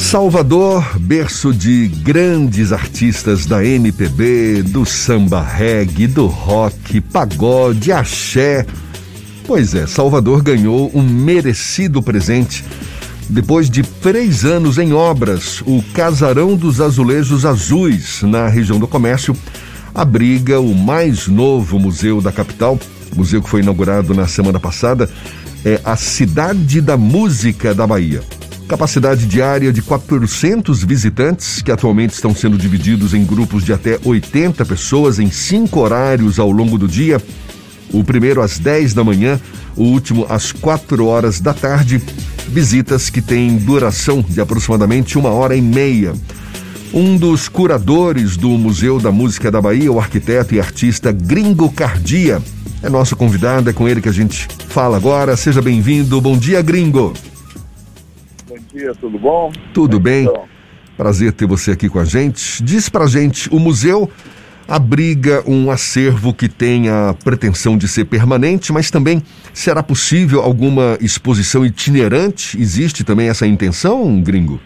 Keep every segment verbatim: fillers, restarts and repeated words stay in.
Salvador, berço de grandes artistas da M P B, do samba reggae, do rock, pagode, axé. Pois é, Salvador ganhou um merecido presente. Depois de três anos em obras, o Casarão dos Azulejos Azuis, na região do Comércio, abriga o mais novo museu da capital. O museu que foi inaugurado na semana passada é a Cidade da Música da Bahia. Capacidade diária de quatrocentos visitantes, que atualmente estão sendo divididos em grupos de até oitenta pessoas em cinco horários ao longo do dia. O primeiro às dez da manhã, o último às quatro horas da tarde. Visitas que têm duração de aproximadamente uma hora e meia. Um dos curadores do Museu da Música da Bahia, o arquiteto e artista Gringo Cardia, é nosso convidado, é com ele que a gente fala agora. Seja bem-vindo. Bom dia, Gringo. Bom dia, tudo bom? Tudo bem? Então. Prazer ter você aqui com a gente. Diz pra gente, o museu abriga um acervo que tem a pretensão de ser permanente, mas também será possível alguma exposição itinerante? Existe também essa intenção, Gringo?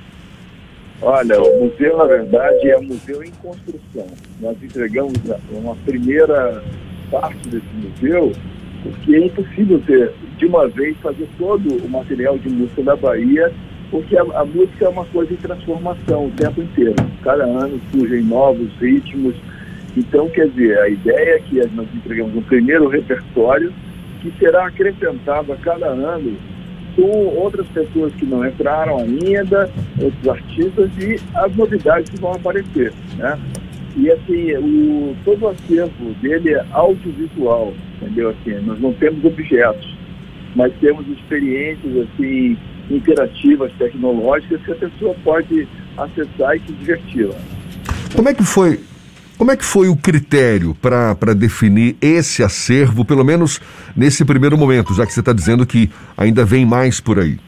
Olha, o museu, na verdade, é um museu em construção. Nós entregamos uma primeira parte desse museu, porque é impossível ter, de uma vez, fazer todo o material de música da Bahia, porque a, a música é uma coisa em transformação o tempo inteiro. Cada ano surgem novos ritmos. Então, quer dizer, a ideia é que nós entregamos um primeiro repertório que será acrescentado a cada ano com outras pessoas que não entraram ainda, outros artistas e as novidades que vão aparecer, né? E assim, o, todo o acervo dele é audiovisual, entendeu? Assim, nós não temos objetos, mas temos experiências assim, interativas, tecnológicas, que a pessoa pode acessar e se divertir lá. Como é que foi, como é que foi o critério para para definir esse acervo, pelo menos nesse primeiro momento, já que você está dizendo que ainda vem mais por aí?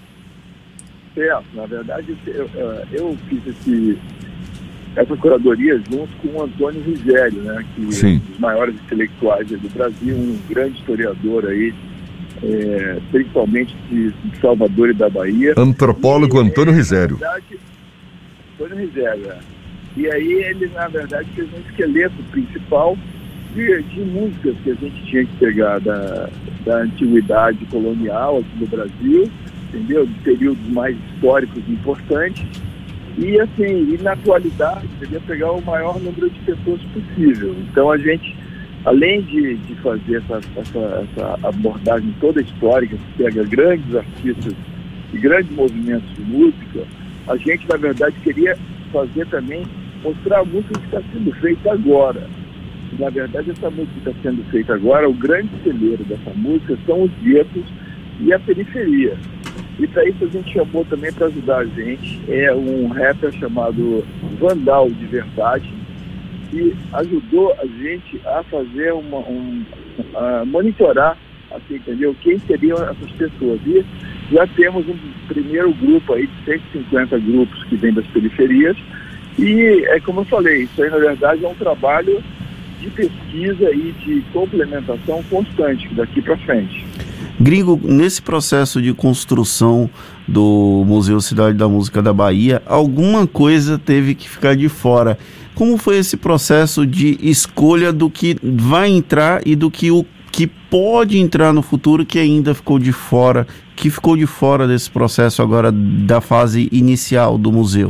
É, na verdade, eu, eu fiz esse, essa curadoria junto com o Antônio Rigério, né, que Sim. é um dos maiores intelectuais do Brasil, um grande historiador aí, É, principalmente de, de Salvador e da Bahia. Antropólogo e, Antônio é, Rigério. Verdade, Antônio Rigério, é. E aí ele, na verdade, fez um esqueleto principal de, de músicas que a gente tinha que pegar da, da antiguidade colonial aqui do Brasil, entendeu? De períodos mais históricos importantes. E assim, e na atualidade, queria pegar o maior número de pessoas possível. Então a gente, além de, de fazer essa, essa, essa abordagem toda histórica, que pega grandes artistas e grandes movimentos de música, a gente, na verdade, queria fazer também, mostrar a música que está sendo feita agora. E, na verdade, essa música que está sendo feita agora, o grande celeiro dessa música são os guetos e a periferia. E para isso a gente chamou também, para ajudar a gente, é um rapper chamado Vandal de Verdade, que ajudou a gente a fazer uma, um, a monitorar, assim, entendeu? Quem seriam essas pessoas. E já temos um primeiro grupo aí de cento e cinquenta grupos que vêm das periferias. E é como eu falei, isso aí na verdade é um trabalho de pesquisa e de complementação constante daqui para frente. Gringo, nesse processo de construção do Museu Cidade da Música da Bahia, alguma coisa teve que ficar de fora. Como foi esse processo de escolha do que vai entrar e do que, o, que pode entrar no futuro que ainda ficou de fora, que ficou de fora desse processo agora da fase inicial do museu?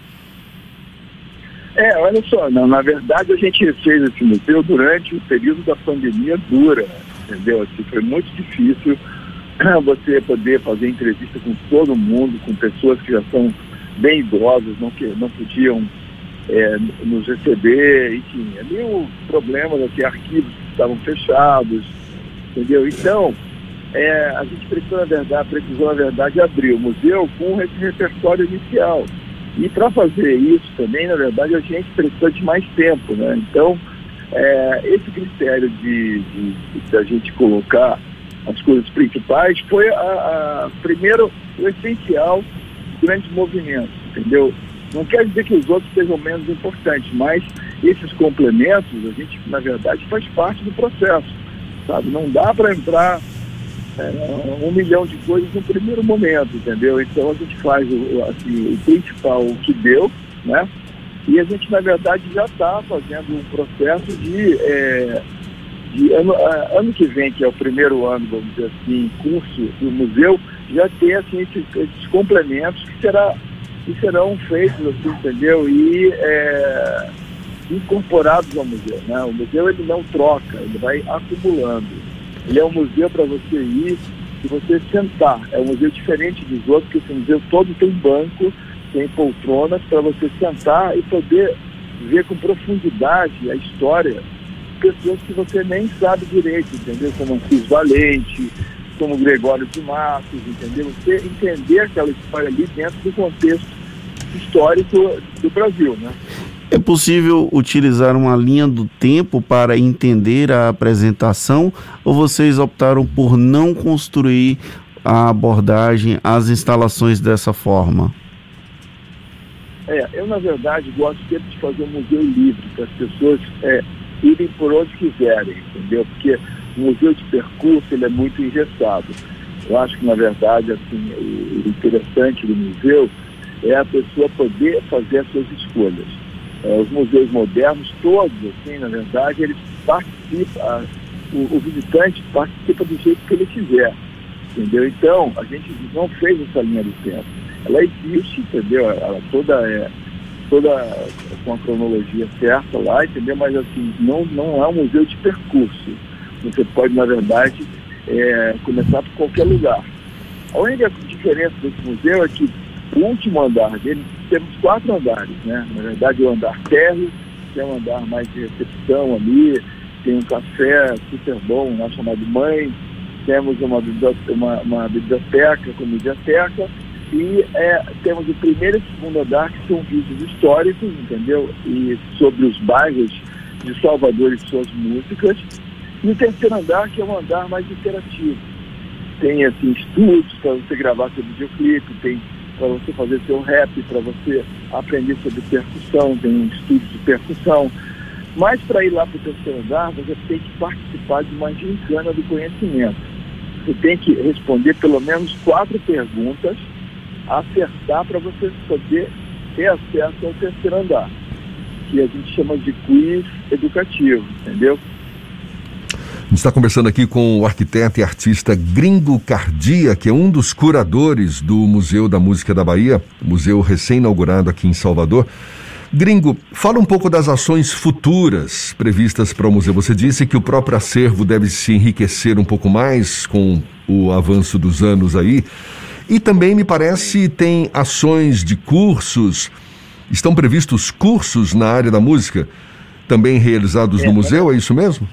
É, olha só, na, na verdade a gente fez esse museu durante o período da pandemia dura, entendeu? Assim, foi muito difícil você poder fazer entrevista com todo mundo, com pessoas que já são bem idosas, não, que, não podiam É, nos receber, enfim, ali o problema é que arquivos estavam fechados, entendeu? Então, é, a gente precisou, na verdade, precisou, na verdade, abrir o museu com esse repertório inicial. E para fazer isso também, na verdade, a gente precisou de mais tempo, né? Então, é, esse critério de, de, de a gente colocar as coisas principais foi, a, a, primeiro, o essencial dos grandes movimentos, entendeu? Não quer dizer que os outros sejam menos importantes, mas esses complementos, a gente, na verdade, faz parte do processo, sabe? Não dá para entrar é, um milhão de coisas no primeiro momento, entendeu? Então a gente faz o, assim, o principal, o que deu, né? E a gente, na verdade, já está fazendo um processo de, é, de ano, ano que vem, que é o primeiro ano, vamos dizer assim, curso do museu, já ter assim, esses, esses complementos que, será, que serão feitos, assim, entendeu? E é, incorporados ao museu, né? O museu ele não troca, ele vai acumulando. Ele é um museu para você ir e você sentar. É um museu diferente dos outros, porque esse museu todo tem banco, tem poltronas para você sentar e poder ver com profundidade a história de pessoas que você nem sabe direito, entendeu? Como Assis Valente, como Gregório de Matos, entendeu? Você entender aquela história ali dentro do contexto histórico do Brasil, né? É possível utilizar uma linha do tempo para entender a apresentação, ou vocês optaram por não construir a abordagem, as instalações dessa forma? É, eu na verdade gosto sempre de fazer um museu livre, para as pessoas é, irem por onde quiserem, entendeu? Porque o museu de percurso ele é muito engessado. Eu acho que na verdade assim, o interessante do museu é a pessoa poder fazer as suas escolhas. É, os museus modernos, todos, assim, na verdade, eles participam, o, o visitante participa do jeito que ele quiser, entendeu? Então, a gente não fez essa linha do tempo. Ela existe, entendeu? Ela toda é toda com a cronologia certa lá, entendeu? Mas, assim, não, não é um museu de percurso. Você pode, na verdade, é, começar por qualquer lugar. A única diferença desse museu é que o último andar dele, temos quatro andares, né? Na verdade, o andar térreo, que é um andar mais de recepção ali, tem um café super bom, lá chamado Mãe, temos uma biblioteca, uma, uma biblioteca com mediateca, e é, temos o primeiro e o segundo andar, que são vídeos históricos, entendeu? E sobre os bairros de Salvador e suas músicas. E o terceiro andar, que é um andar mais interativo. Tem, assim, estúdios para você gravar seu videoclipe, tem para você fazer seu rap, para você aprender sobre percussão, tem um estúdio de percussão. Mas para ir lá para o terceiro andar, você tem que participar de uma gincana do conhecimento. Você tem que responder pelo menos quatro perguntas, acertar para você poder ter acesso ao terceiro andar, que a gente chama de quiz educativo, entendeu? A gente está conversando aqui com o arquiteto e artista Gringo Cardia, que é um dos curadores do Museu da Música da Bahia, museu recém-inaugurado aqui em Salvador. Gringo, fala um pouco das ações futuras previstas para o museu. Você disse que o próprio acervo deve se enriquecer um pouco mais com o avanço dos anos aí. E também, me parece, tem ações de cursos. Estão previstos cursos na área da música também realizados é, no museu, é isso mesmo?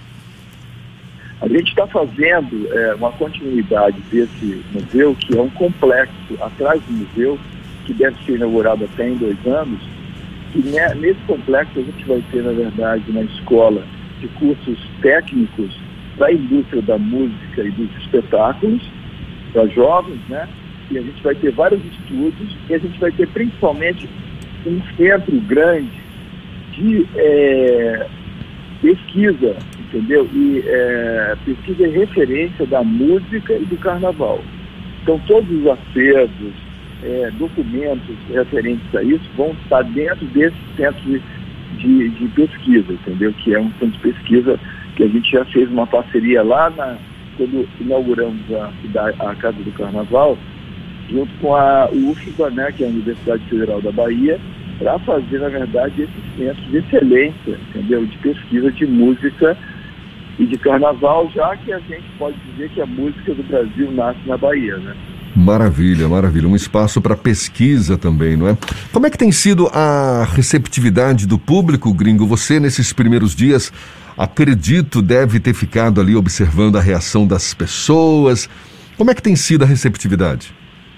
A gente está fazendo é, uma continuidade desse museu, que é um complexo atrás do museu, que deve ser inaugurado até em dois anos, que né, nesse complexo a gente vai ter, na verdade, uma escola de cursos técnicos para a indústria da música e dos espetáculos, para jovens, né? E a gente vai ter vários estudos, e a gente vai ter principalmente um centro grande de é, pesquisa, entendeu? E é, pesquisa e referência da música e do carnaval. Então todos os acervos, é, documentos referentes a isso vão estar dentro desse centro de, de, de pesquisa, entendeu? Que é um centro de pesquisa que a gente já fez uma parceria lá na, quando inauguramos a, cidade, a Casa do Carnaval, junto com a U F B A, né, que é a Universidade Federal da Bahia, para fazer, na verdade, esses centros de excelência, entendeu? De pesquisa de música e de carnaval, já que a gente pode dizer que a música do Brasil nasce na Bahia, né? Maravilha, maravilha. Um espaço para pesquisa também, não é? Como é que tem sido a receptividade do público, Gringo? Você, nesses primeiros dias, acredito, deve ter ficado ali observando a reação das pessoas. Como é que tem sido a receptividade?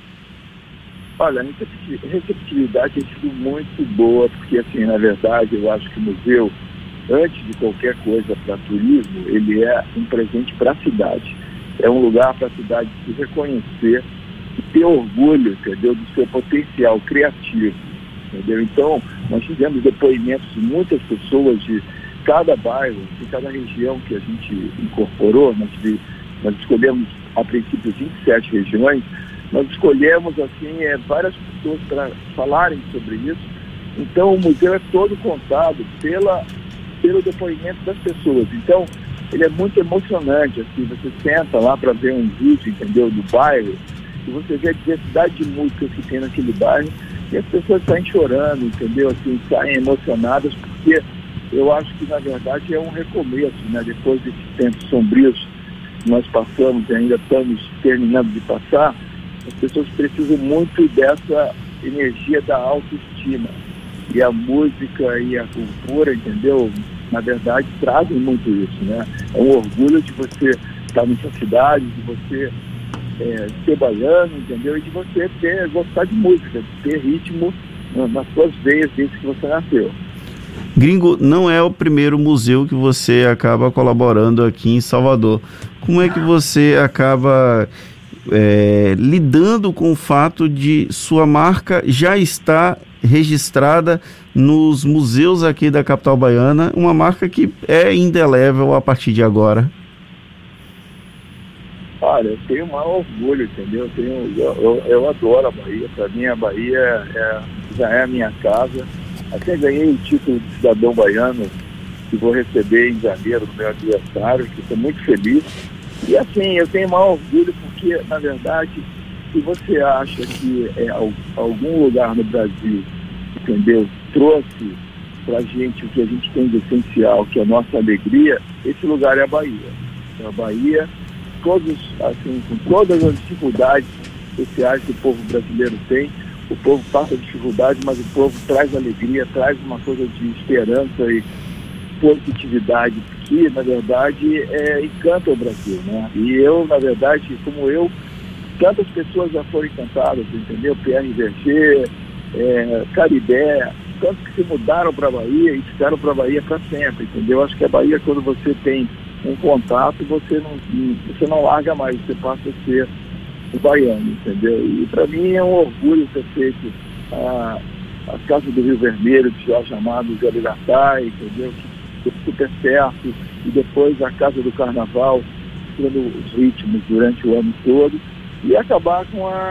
Olha, a receptividade tem sido muito boa, porque, assim, na verdade, eu acho que o museu, antes de qualquer coisa para turismo, ele é um presente para a cidade. É um lugar para a cidade se reconhecer e ter orgulho, entendeu, do seu potencial criativo, entendeu? Então, nós tivemos depoimentos de muitas pessoas de cada bairro, de cada região que a gente incorporou. Nós, nós escolhemos a princípio, vinte e sete regiões, nós escolhemos assim, é, várias pessoas para falarem sobre isso. Então, o museu é todo contado pela, pelo depoimento das pessoas. Então, ele é muito emocionante. Assim, você senta lá para ver um vídeo, entendeu, do bairro, e você vê a diversidade de músicas que tem naquele bairro, e as pessoas saem chorando, entendeu, assim, saem emocionadas, porque eu acho que, na verdade, é um recomeço, né? Depois desses tempos sombrios que nós passamos e ainda estamos terminando de passar, as pessoas precisam muito dessa energia da autoestima. E a música e a cultura, entendeu, na verdade, trazem muito isso, né? É um orgulho de você estar nessa cidade, de você é, ser baiano, entendeu? E de você ter, gostar de música, de ter ritmo nas suas veias desde que você nasceu. Gringo, não é o primeiro museu que você acaba colaborando aqui em Salvador. Como é que você acaba é, lidando com o fato de sua marca já estar registrada nos museus aqui da capital baiana, uma marca que é indelével a partir de agora? Olha, eu tenho um maior orgulho, entendeu? Eu, tenho, eu, eu, eu adoro a Bahia. Para mim, a Bahia é, já é a minha casa. Até ganhei o título de cidadão baiano, que vou receber em janeiro, no meu aniversário, que estou muito feliz. E assim, eu tenho maior orgulho porque, na verdade, se você acha que é, algum lugar no Brasil, entendeu, trouxe para a gente o que a gente tem de essencial, que é a nossa alegria, esse lugar é a Bahia. A Bahia, todos, assim, com todas as dificuldades sociais que o povo brasileiro tem, o povo passa dificuldade, mas o povo traz alegria, traz uma coisa de esperança e positividade, que, na verdade, é, encanta o Brasil, né? E eu, na verdade, como eu, tantas pessoas já foram encantadas, entendeu? P R V G, é, Caribé, tantos que se mudaram para a Bahia e ficaram para a Bahia para sempre, entendeu? Acho que a Bahia, quando você tem um contato, você não, você não larga mais, você passa a ser o baiano, entendeu? E para mim é um orgulho ter feito a, a Casa do Rio Vermelho, de Jorge Amado e Zé Gattai, entendeu? Que deu super certo, e depois a Casa do Carnaval, tendo os ritmos durante o ano todo, e acabar com a,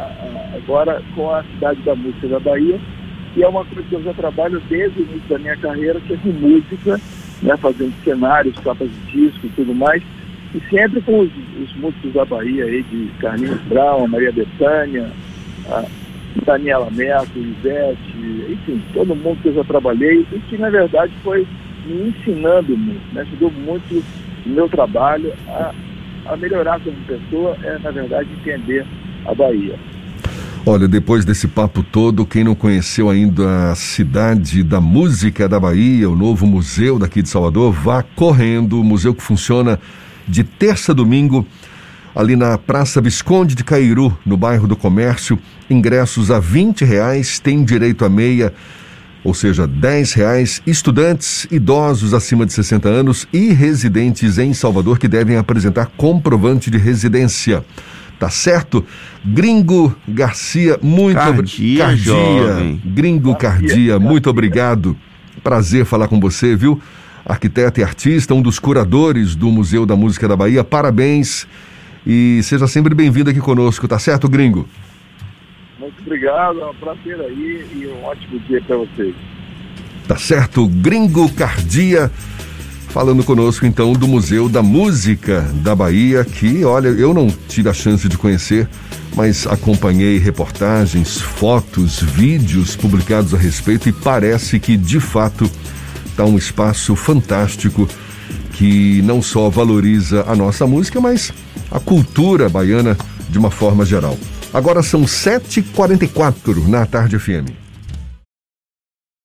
a agora com a Cidade da Música da Bahia, que é uma coisa que eu já trabalho desde o início da minha carreira, que é com música, né, fazendo cenários, capas de disco e tudo mais, e sempre com os, os músicos da Bahia, aí, de Carlinhos Brown, a Maria Bethânia, a Daniela Merto, Ivete, enfim, todo mundo que eu já trabalhei, e que na verdade foi me ensinando muito, me ajudou muito no meu trabalho a, a melhorar como pessoa, é na verdade entender a Bahia. Olha, depois desse papo todo, quem não conheceu ainda a Cidade da Música da Bahia, o novo museu daqui de Salvador, vá correndo, o museu que funciona de terça a domingo, ali na Praça Visconde de Cairu, no bairro do Comércio, ingressos a vinte reais, tem direito a meia, ou seja, dez reais, estudantes, idosos acima de sessenta anos e residentes em Salvador que devem apresentar comprovante de residência. Tá certo? Gringo Garcia, muito obrigado. Cardia, Gringo Cardia, muito obrigado. Prazer falar com você, viu? Arquiteto e artista, um dos curadores do Museu da Música da Bahia. Parabéns e seja sempre bem-vindo aqui conosco, tá certo, Gringo? Muito obrigado, é um prazer aí e um ótimo dia para vocês. Tá certo, Gringo Cardia, falando conosco então do Museu da Música da Bahia, que, olha, eu não tive a chance de conhecer, mas acompanhei reportagens, fotos, vídeos publicados a respeito e parece que, de fato, está um espaço fantástico que não só valoriza a nossa música, mas a cultura baiana de uma forma geral. Agora são sete e quarenta e quatro na Tarde F M.